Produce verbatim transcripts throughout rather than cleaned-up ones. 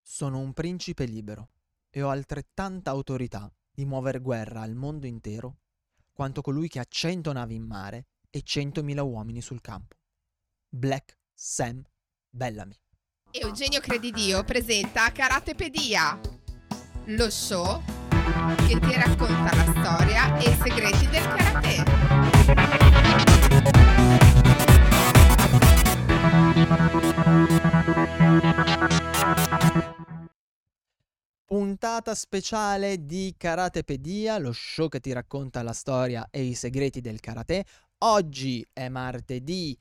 Sono un principe libero e ho altrettanta autorità di muover guerra al mondo intero quanto colui che ha cento navi in mare e centomila uomini sul campo. Black Sam Bellamy. Eugenio Credidio presenta Karatepedia, lo show che ti racconta la storia e i segreti del karate. Puntata speciale di Karatepedia, lo show che ti racconta la storia e i segreti del karate. Oggi è martedì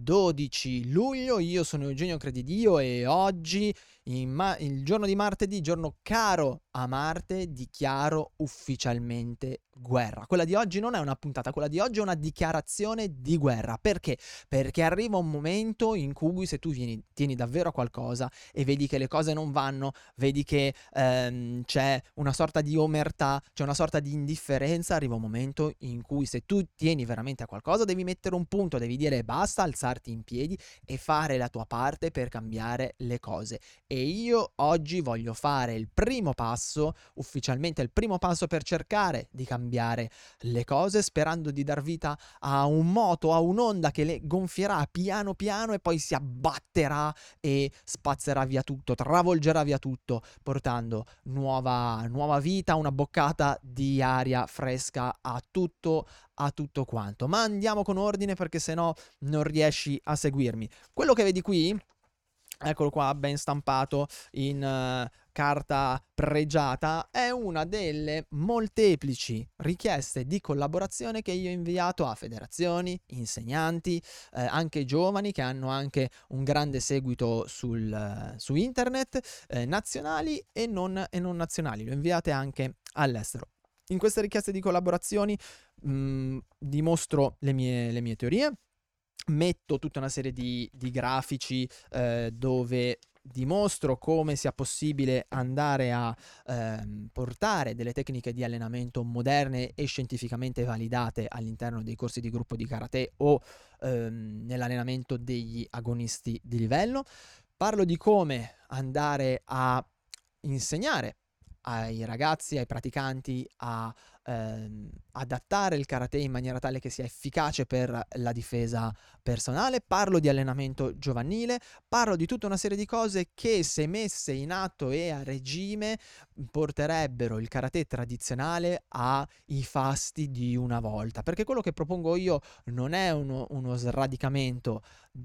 dodici luglio, io sono Eugenio Credidio e oggi, in ma- il giorno di martedì, giorno caro a Marte, dichiaro ufficialmente guerra. Quella di oggi non è una puntata, quella di oggi è una dichiarazione di guerra. Perché? Perché arriva un momento in cui se tu vieni, tieni davvero a qualcosa e vedi che le cose non vanno, vedi che ehm, c'è una sorta di omertà, c'è una sorta di indifferenza, arriva un momento in cui se tu tieni veramente a qualcosa devi mettere un punto, devi dire basta, alzarti in piedi e fare la tua parte per cambiare le cose. E io oggi voglio fare il primo passo, ufficialmente il primo passo per cercare di cambiare le cose, sperando di dar vita a un moto, a un'onda che le gonfierà piano piano e poi si abbatterà e spazzerà via tutto, travolgerà via tutto, portando nuova, nuova vita, una boccata di aria fresca a tutto, a tutto quanto. Ma andiamo con ordine perché sennò non riesci a seguirmi. Quello che vedi qui, eccolo qua, ben stampato in uh, carta pregiata, è una delle molteplici richieste di collaborazione che io ho inviato a federazioni, insegnanti, eh, anche giovani che hanno anche un grande seguito sul, uh, su internet, eh, nazionali e non, e non nazionali. Le ho inviate anche all'estero. In queste richieste di collaborazioni mh, dimostro le mie, le mie teorie. Metto tutta una serie di, di grafici eh, dove dimostro come sia possibile andare a ehm, portare delle tecniche di allenamento moderne e scientificamente validate all'interno dei corsi di gruppo di karate o ehm, nell'allenamento degli agonisti di livello. Parlo di come andare a insegnare ai ragazzi, ai praticanti a ehm, adattare il karate in maniera tale che sia efficace per la difesa personale. Parlo di allenamento giovanile, parlo di tutta una serie di cose che, se messe in atto e a regime, porterebbero il karate tradizionale ai fasti di una volta. Perché quello che propongo io non è uno, uno sradicamento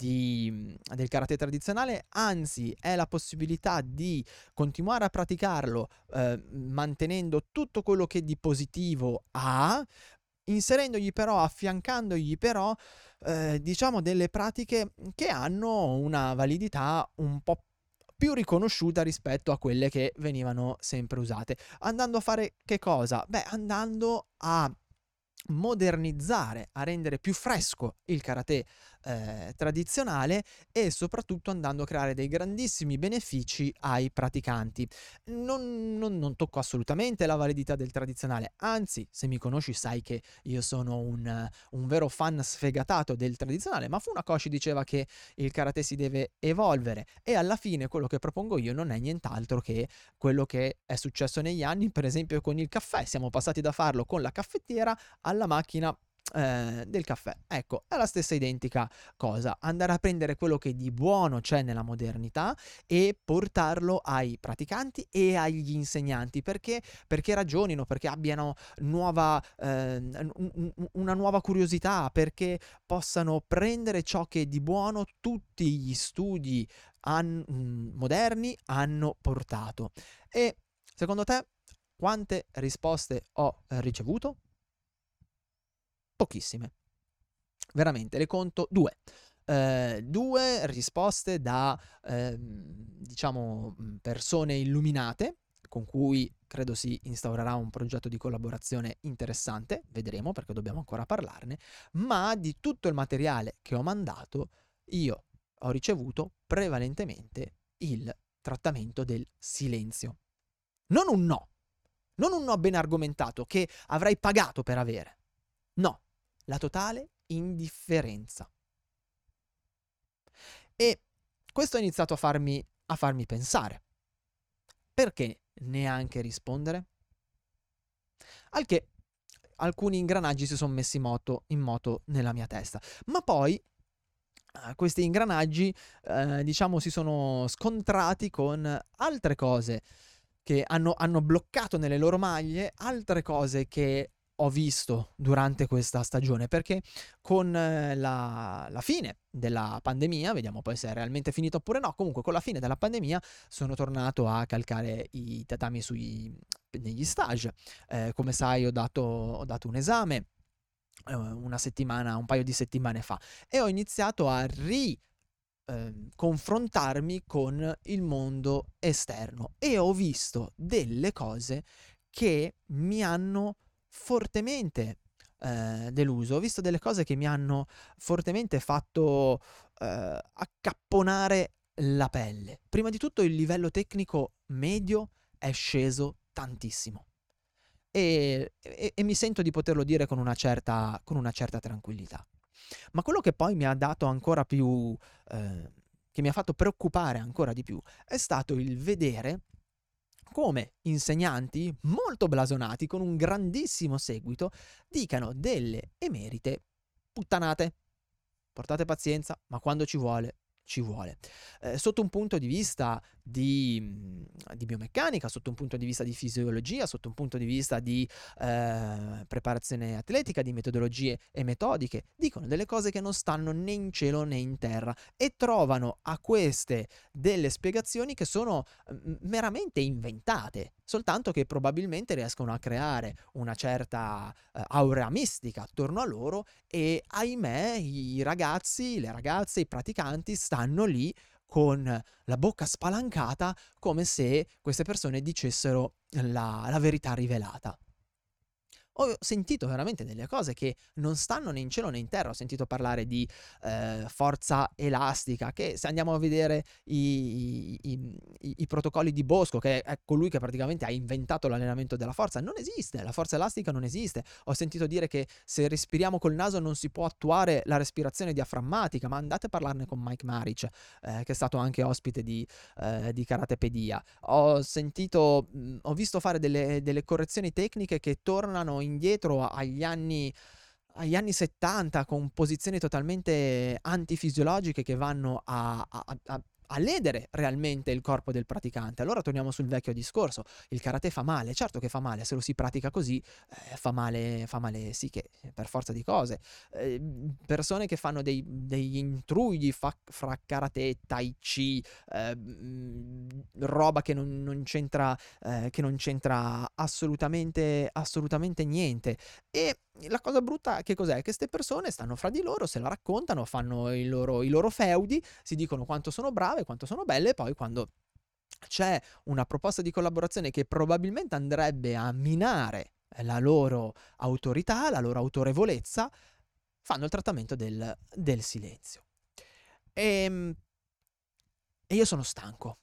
di, del karate tradizionale, anzi è la possibilità di continuare a praticarlo eh, mantenendo tutto quello che di positivo ha, inserendogli però, affiancandogli però eh, diciamo delle pratiche che hanno una validità un po' più riconosciuta rispetto a quelle che venivano sempre usate. Andando a fare che cosa? Beh, andando a modernizzare, a rendere più fresco il karate eh, tradizionale e soprattutto andando a creare dei grandissimi benefici ai praticanti. Non, non, non tocco assolutamente la validità del tradizionale, anzi, se mi conosci sai che io sono un, un vero fan sfegatato del tradizionale, ma Funakoshi diceva che il karate si deve evolvere e alla fine quello che propongo io non è nient'altro che quello che è successo negli anni, per esempio con il caffè. Siamo passati da farlo con la caffettiera alla macchina eh, del caffè. Ecco, è la stessa identica cosa, andare a prendere quello che di buono c'è nella modernità e portarlo ai praticanti e agli insegnanti. Perché? Perché ragionino, perché abbiano nuova, eh, una nuova curiosità, perché possano prendere ciò che di buono tutti gli studi an- moderni hanno portato. E secondo te quante risposte ho eh, ricevuto? Pochissime. Veramente, le conto due. Eh, due risposte da, eh, diciamo, persone illuminate, con cui credo si instaurerà un progetto di collaborazione interessante, vedremo perché dobbiamo ancora parlarne, ma di tutto il materiale che ho mandato, io ho ricevuto prevalentemente il trattamento del silenzio. Non un no, non un no ben argomentato che avrai pagato per avere. No, la totale indifferenza. E questo ha iniziato a farmi, a farmi pensare. perché neanche rispondere? Al che alcuni ingranaggi si sono messi moto, in moto nella mia testa, ma poi eh, questi ingranaggi eh, diciamo si sono scontrati con altre cose che hanno, hanno bloccato nelle loro maglie, altre cose che ho visto durante questa stagione, perché con eh, la, la fine della pandemia, vediamo poi se è realmente finito oppure no, comunque con la fine della pandemia sono tornato a calcare i tatami sui, negli stage. Eh, come sai ho dato, ho dato un esame eh, una settimana, un paio di settimane fa, e ho iniziato a ri ehm, confrontarmi con il mondo esterno e ho visto delle cose che mi hanno fortemente eh, deluso, ho visto delle cose che mi hanno fortemente fatto eh, accapponare la pelle. Prima di tutto il livello tecnico medio è sceso tantissimo e, e- e mi sento di poterlo dire con una certa, con una certa tranquillità. Ma quello che poi mi ha dato ancora più, eh, che mi ha fatto preoccupare ancora di più, è stato il vedere come insegnanti molto blasonati, con un grandissimo seguito, dicano delle emerite puttanate. Portate pazienza, ma quando ci vuole, ci vuole. Eh, sotto un punto di vista di, mh, di biomeccanica, sotto un punto di vista di fisiologia, sotto un punto di vista di eh, preparazione atletica, di metodologie e metodiche, dicono delle cose che non stanno né in cielo né in terra e trovano a queste delle spiegazioni che sono mh, meramente inventate, soltanto che probabilmente riescono a creare una certa eh, aurea mistica attorno a loro e ahimè i ragazzi, le ragazze, i praticanti stanno lì con la bocca spalancata come se queste persone dicessero la, la verità rivelata. Ho sentito veramente delle cose che non stanno né in cielo né in terra. Ho sentito parlare di eh, forza elastica, che se andiamo a vedere i, i- i- i protocolli di Bosco, che è colui che praticamente ha inventato l'allenamento della forza, non esiste, la forza elastica non esiste. Ho sentito dire che se respiriamo col naso non si può attuare la respirazione diaframmatica, ma andate a parlarne con Mike Maric, eh, che è stato anche ospite di, eh, di Karatepedia. Ho sentito, mh, ho visto fare delle, delle correzioni tecniche che tornano indietro agli anni agli anni settanta con posizioni totalmente antifisiologiche che vanno a, a, a, a ledere realmente il corpo del praticante. Allora torniamo sul vecchio discorso, il karate fa male, certo che fa male, se lo si pratica così eh, fa male, fa male sì che per forza di cose. Eh, persone che fanno dei, degli intrugli fa, fra karate, tai chi, eh, roba che non, non c'entra, eh, che non c'entra assolutamente, assolutamente niente. E la cosa brutta che cos'è? Che queste persone stanno fra di loro, se la raccontano, fanno i loro, i loro feudi, si dicono quanto sono brave, quanto sono belle, e poi quando c'è una proposta di collaborazione che probabilmente andrebbe a minare la loro autorità, la loro autorevolezza, fanno il trattamento del, del silenzio. E, e io sono stanco.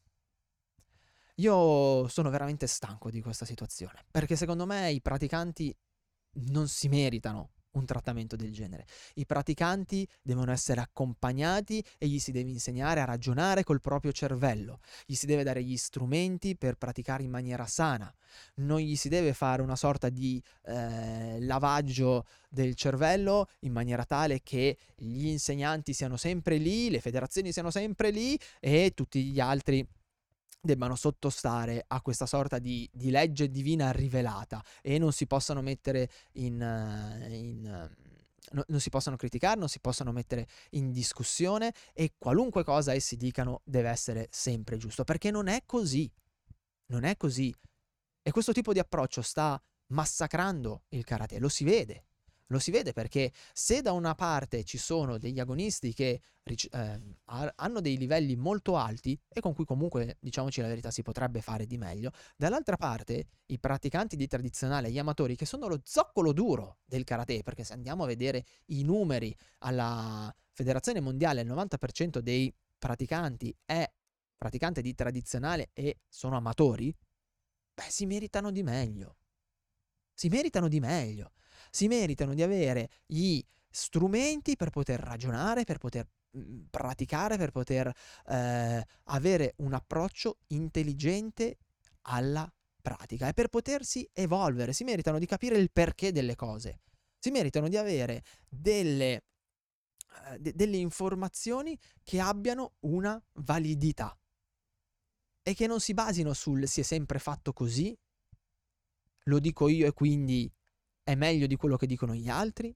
Io sono veramente stanco di questa situazione, perché secondo me i praticanti non si meritano un trattamento del genere. I praticanti devono essere accompagnati e gli si deve insegnare a ragionare col proprio cervello, gli si deve dare gli strumenti per praticare in maniera sana, non gli si deve fare una sorta di eh, lavaggio del cervello in maniera tale che gli insegnanti siano sempre lì, le federazioni siano sempre lì e tutti gli altri debbano sottostare a questa sorta di, di legge divina rivelata e non si possano mettere in, eh, in eh, no- non si possono criticare, non si possono mettere in discussione e qualunque cosa essi dicano deve essere sempre giusto, perché non è così, non è così. E questo tipo di approccio sta massacrando il karate, lo si vede. Lo si vede perché se da una parte ci sono degli agonisti che ric- eh, ha- hanno dei livelli molto alti e con cui comunque, diciamoci la verità, si potrebbe fare di meglio, dall'altra parte i praticanti di tradizionale, gli amatori, che sono lo zoccolo duro del karate, perché se andiamo a vedere i numeri alla Federazione Mondiale, il novanta per cento dei praticanti è praticante di tradizionale e sono amatori, beh, si meritano di meglio. Si meritano di meglio. Si meritano di avere gli strumenti per poter ragionare, per poter mm, praticare, per poter eh, avere un approccio intelligente alla pratica e per potersi evolvere. Si meritano di capire il perché delle cose, si meritano di avere delle, eh, de- delle informazioni che abbiano una validità e che non si basino sul si è sempre fatto così, lo dico io e quindi è meglio di quello che dicono gli altri,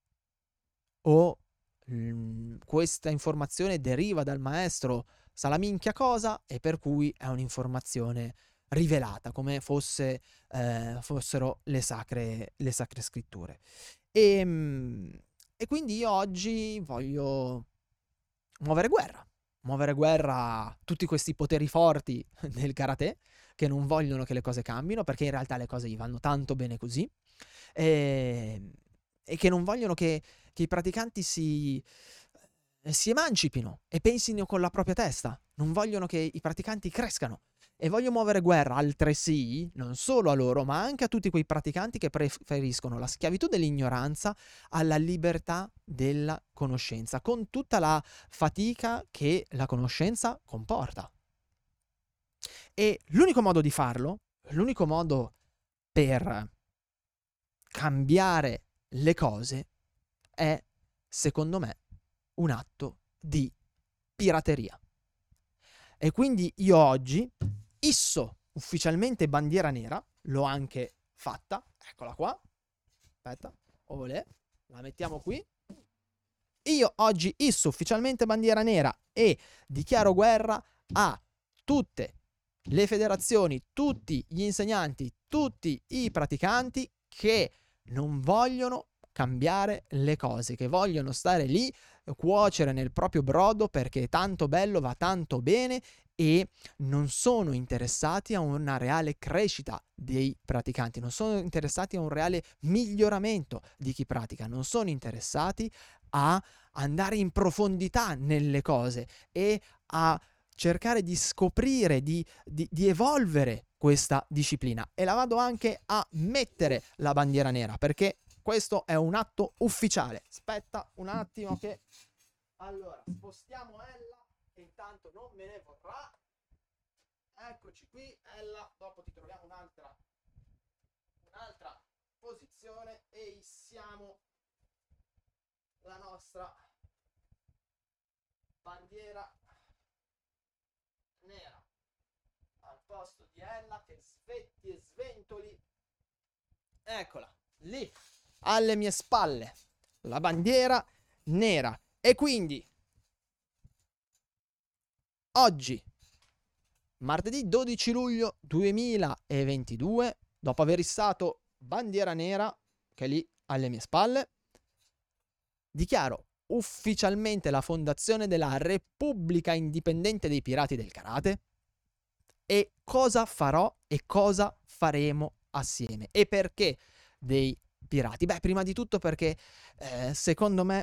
o mm, questa informazione deriva dal maestro sa la minchia cosa e per cui è un'informazione rivelata, come fosse, eh, fossero le sacre, le sacre scritture. E, mm, e quindi io oggi voglio muovere guerra, muovere guerra a tutti questi poteri forti del karate che non vogliono che le cose cambino, perché in realtà le cose gli vanno tanto bene così, e, e che non vogliono che, che i praticanti si, eh, si emancipino e pensino con la propria testa, non vogliono che i praticanti crescano. E voglio muovere guerra altresì, non solo a loro, ma anche a tutti quei praticanti che preferiscono la schiavitù dell'ignoranza alla libertà della conoscenza, con tutta la fatica che la conoscenza comporta. E l'unico modo di farlo, l'unico modo per cambiare le cose è, secondo me, un atto di pirateria. E quindi io oggi isso ufficialmente bandiera nera, l'ho anche fatta, eccola qua, aspetta, olè, la mettiamo qui. Io oggi isso ufficialmente bandiera nera e dichiaro guerra a tutte le federazioni, tutti gli insegnanti, tutti i praticanti che non vogliono cambiare le cose, che vogliono stare lì, cuocere nel proprio brodo perché è tanto bello, va tanto bene e non sono interessati a una reale crescita dei praticanti, non sono interessati a un reale miglioramento di chi pratica, non sono interessati a andare in profondità nelle cose e a cercare di scoprire, di, di, di evolvere questa disciplina. E la vado anche a mettere la bandiera nera, perché questo è un atto ufficiale. Aspetta un attimo che... Allora, spostiamo Ella, che intanto non me ne vorrà. Eccoci qui, Ella, dopo ti troviamo un'altra, un'altra posizione e issiamo la nostra bandiera nera al posto di Ella che svetti e sventoli. Eccola lì alle mie spalle, la bandiera nera. E quindi oggi, martedì dodici luglio duemilaventidue, dopo aver issato bandiera nera che è lì alle mie spalle, dichiaro ufficialmente la fondazione della Repubblica Indipendente dei Pirati del Karate. E cosa farò e cosa faremo assieme? E perché dei pirati? Beh, prima di tutto perché eh, secondo me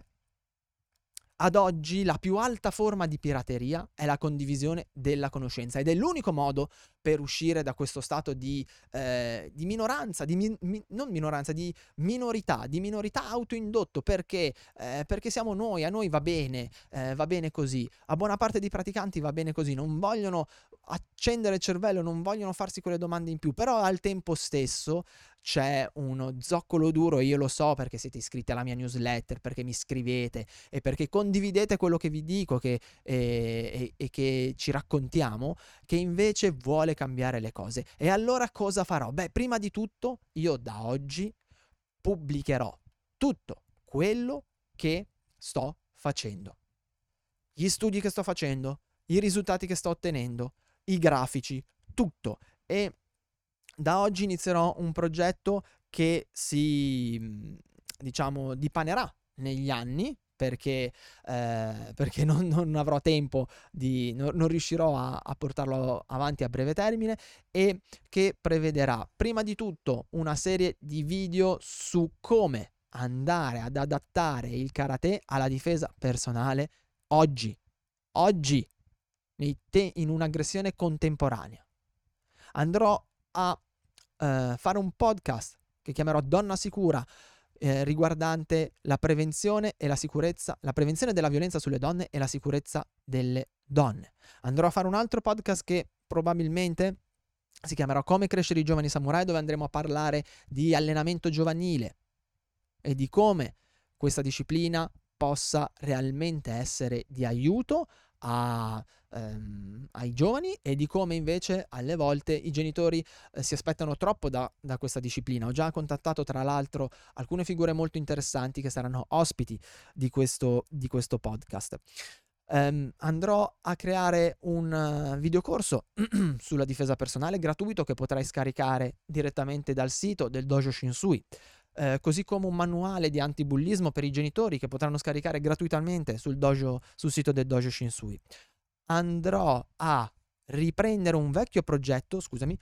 ad oggi la più alta forma di pirateria è la condivisione della conoscenza ed è l'unico modo per uscire da questo stato di, eh, di minoranza, di mi, mi, non minoranza, di minorità, di minorità autoindotto, perché, eh, perché siamo noi, a noi va bene, eh, va bene così, a buona parte dei praticanti va bene così, non vogliono accendere il cervello, non vogliono farsi quelle domande in più, però al tempo stesso c'è uno zoccolo duro, e io lo so perché siete iscritti alla mia newsletter, perché mi scrivete e perché condividete quello che vi dico che, e, e, e che ci raccontiamo, che invece vuole cambiare le cose. E allora cosa farò? Beh, prima di tutto io da oggi pubblicherò tutto quello che sto facendo, gli studi che sto facendo, i risultati che sto ottenendo, i grafici, tutto. E da oggi inizierò un progetto che si, diciamo, dipanerà negli anni, perché, eh, perché non, non avrò tempo, di, non, non riuscirò a, a portarlo avanti a breve termine, e che prevederà prima di tutto una serie di video su come andare ad adattare il karate alla difesa personale oggi, oggi, nei te- in un'aggressione contemporanea. Andrò a Uh, fare un podcast che chiamerò Donna Sicura, eh, riguardante la prevenzione e la sicurezza, la prevenzione della violenza sulle donne e la sicurezza delle donne. Andrò a fare un altro podcast che probabilmente si chiamerà Come crescere i giovani samurai, dove andremo a parlare di allenamento giovanile e di come questa disciplina possa realmente essere di aiuto a, ehm, ai giovani e di come invece alle volte i genitori eh, si aspettano troppo da, da questa disciplina. Ho già contattato tra l'altro alcune figure molto interessanti che saranno ospiti di questo, di questo podcast. Um, andrò a creare un uh, videocorso sulla difesa personale gratuito che potrai scaricare direttamente dal sito del Dojo Shinsui, uh, così come un manuale di antibullismo per i genitori che potranno scaricare gratuitamente sul, dojo, sul sito del Dojo Shinsui. Andrò a riprendere un vecchio progetto, scusami,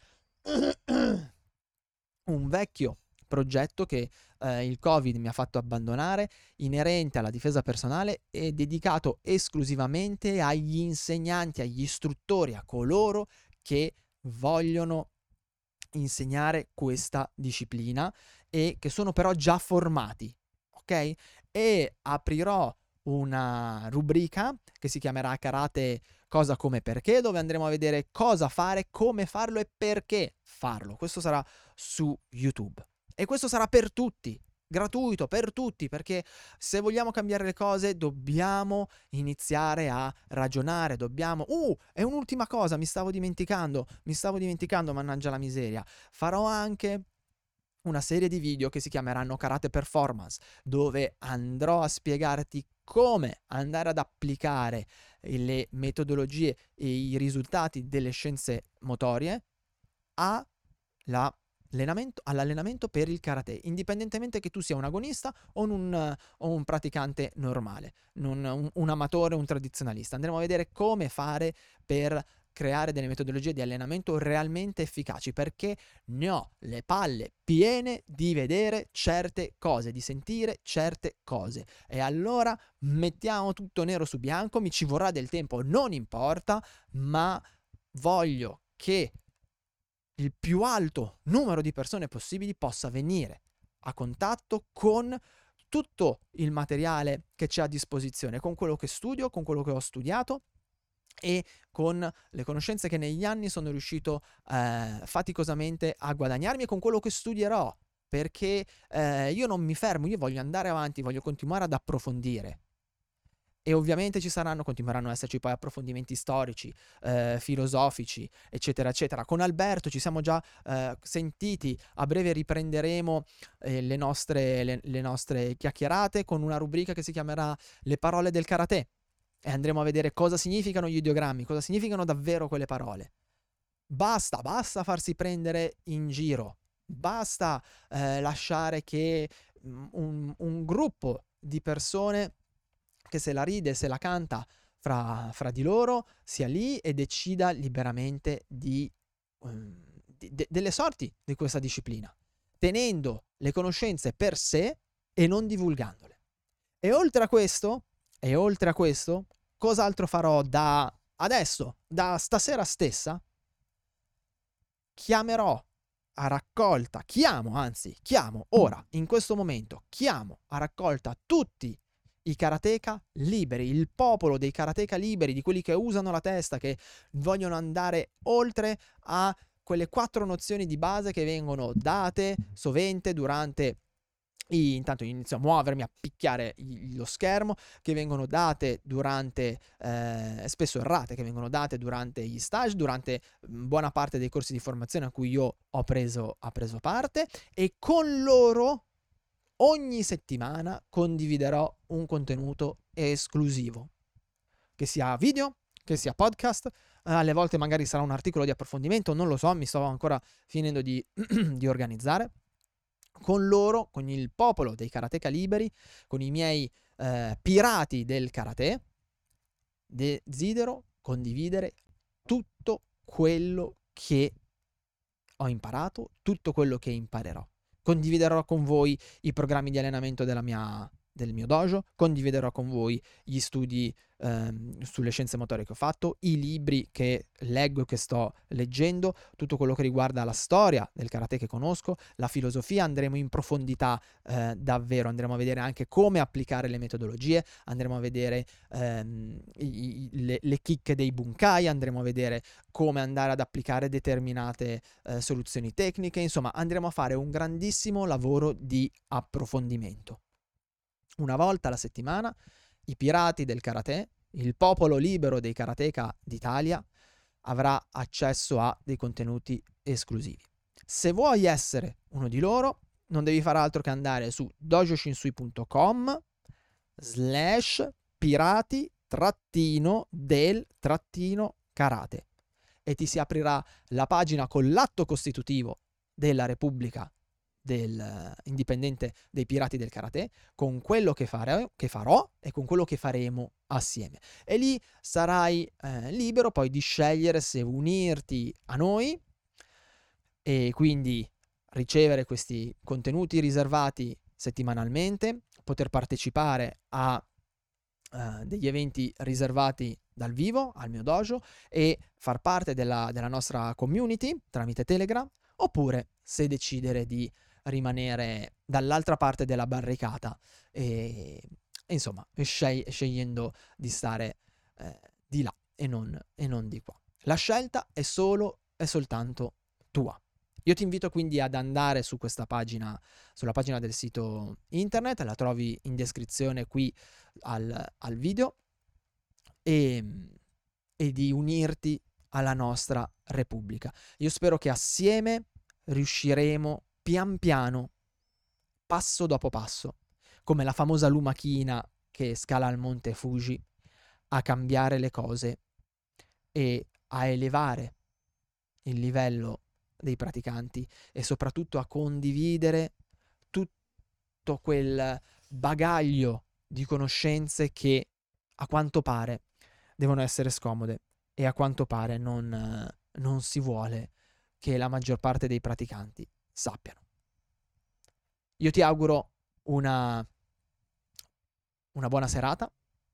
un vecchio progetto che eh, il Covid mi ha fatto abbandonare, inerente alla difesa personale e dedicato esclusivamente agli insegnanti, agli istruttori, a coloro che vogliono insegnare questa disciplina e che sono però già formati, ok? E aprirò una rubrica che si chiamerà Karate Cosa Come Perché, dove andremo a vedere cosa fare, come farlo e perché farlo. Questo sarà su YouTube. E questo sarà per tutti, gratuito per tutti, perché se vogliamo cambiare le cose dobbiamo iniziare a ragionare, dobbiamo... Uh, è un'ultima cosa, mi stavo dimenticando, mi stavo dimenticando, mannaggia la miseria. Farò anche una serie di video che si chiameranno Karate Performance, dove andrò a spiegarti come andare ad applicare le metodologie e i risultati delle scienze motorie a la Allenamento, all'allenamento per il karate, indipendentemente che tu sia un agonista o un, uh, o un praticante normale, non, un, un amatore o un tradizionalista. Andremo a vedere come fare per creare delle metodologie di allenamento realmente efficaci, perché ne ho le palle piene di vedere certe cose, di sentire certe cose. E allora mettiamo tutto nero su bianco, mi ci vorrà del tempo, non importa, ma voglio che il più alto numero di persone possibili possa venire a contatto con tutto il materiale che c'è a disposizione, con quello che studio, con quello che ho studiato e con le conoscenze che negli anni sono riuscito eh, faticosamente a guadagnarmi e con quello che studierò, perché eh, io non mi fermo, io voglio andare avanti, voglio continuare ad approfondire. E ovviamente ci saranno, continueranno ad esserci poi approfondimenti storici, eh, filosofici, eccetera, eccetera. Con Alberto ci siamo già eh, sentiti, a breve riprenderemo eh, le, nostre, le, le nostre chiacchierate con una rubrica che si chiamerà Le parole del karate. E andremo a vedere cosa significano gli ideogrammi, cosa significano davvero quelle parole. Basta, basta farsi prendere in giro. Basta eh, lasciare che un, un gruppo di persone che se la ride, se la canta fra, fra di loro, sia lì e decida liberamente di, um, di, de, delle sorti di questa disciplina, tenendo le conoscenze per sé e non divulgandole. E oltre a questo, e oltre a questo, cos'altro farò da adesso, da stasera stessa? Chiamerò a raccolta, chiamo anzi, chiamo ora, in questo momento, chiamo a raccolta tutti i karateka liberi, il popolo dei karateka liberi, di quelli che usano la testa, che vogliono andare oltre a quelle quattro nozioni di base che vengono date sovente durante i, intanto inizio a muovermi, a picchiare lo schermo, che vengono date durante, eh, spesso errate, che vengono date durante gli stage, durante buona parte dei corsi di formazione a cui io ho preso, ho preso parte, e con loro ogni settimana condividerò un contenuto esclusivo, che sia video, che sia podcast, alle volte magari sarà un articolo di approfondimento, non lo so, mi sto ancora finendo di, di organizzare. Con loro, con il popolo dei karateka liberi, con i miei eh, pirati del karate, desidero condividere tutto quello che ho imparato, tutto quello che imparerò. Condividerò con voi i programmi di allenamento della mia, del mio dojo, condividerò con voi gli studi ehm, sulle scienze motorie che ho fatto, i libri che leggo e che sto leggendo, tutto quello che riguarda la storia del karate che conosco, la filosofia, andremo in profondità eh, davvero, andremo a vedere anche come applicare le metodologie, andremo a vedere ehm, i, i, le, le chicche dei bunkai, andremo a vedere come andare ad applicare determinate eh, soluzioni tecniche, insomma andremo a fare un grandissimo lavoro di approfondimento. Una volta alla settimana i pirati del karate, il popolo libero dei karateka d'Italia, avrà accesso a dei contenuti esclusivi. Se vuoi essere uno di loro, non devi fare altro che andare su dojoshinsui punto com slash pirati trattino del trattino karate e ti si aprirà la pagina con l'atto costitutivo della Repubblica del uh, indipendente dei pirati del karate, con quello che, fare, che farò e con quello che faremo assieme. E lì sarai eh, libero poi di scegliere se unirti a noi e quindi ricevere questi contenuti riservati settimanalmente, poter partecipare a uh, degli eventi riservati dal vivo al mio dojo e far parte della, della nostra community tramite Telegram, oppure se decidere di rimanere dall'altra parte della barricata e, e insomma scegli, scegliendo di stare eh, di là e non, e non di qua. La scelta è solo e soltanto tua. Io ti invito quindi ad andare su questa pagina, sulla pagina del sito internet, la trovi in descrizione qui al, al video, e, e di unirti alla nostra Repubblica. Io spero che assieme riusciremo pian piano, passo dopo passo, come la famosa lumachina che scala il monte Fuji, a cambiare le cose e a elevare il livello dei praticanti e soprattutto a condividere tutto quel bagaglio di conoscenze che a quanto pare devono essere scomode e a quanto pare non, non si vuole che la maggior parte dei praticanti sappiano. Io ti auguro una, una buona serata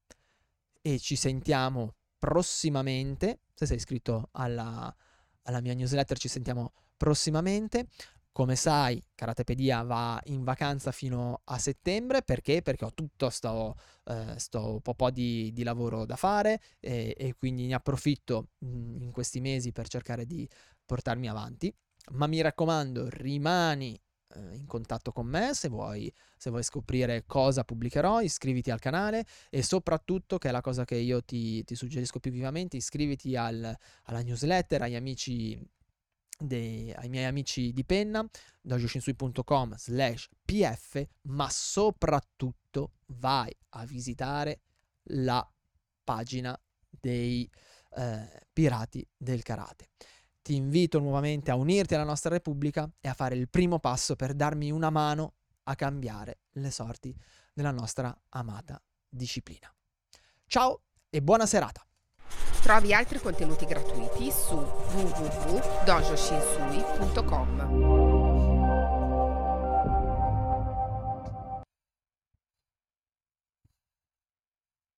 e ci sentiamo prossimamente. Se sei iscritto alla, alla mia newsletter ci sentiamo prossimamente. Come sai, Karatepedia va in vacanza fino a settembre. Perché? Perché ho tutto sto, eh, sto po' po' di, di lavoro da fare e, e quindi ne approfitto mh, in questi mesi per cercare di portarmi avanti. Ma mi raccomando, rimani eh, in contatto con me se vuoi, se vuoi scoprire cosa pubblicherò, iscriviti al canale e soprattutto, che è la cosa che io ti, ti suggerisco più vivamente, iscriviti al, alla newsletter, agli amici dei, ai miei amici di penna, dojoshinsui punto com slash pf, ma soprattutto vai a visitare la pagina dei eh, pirati del karate. Ti invito nuovamente a unirti alla nostra Repubblica e a fare il primo passo per darmi una mano a cambiare le sorti della nostra amata disciplina. Ciao e buona serata! Trovi altri contenuti gratuiti su w w w punto dojoshinsui punto com.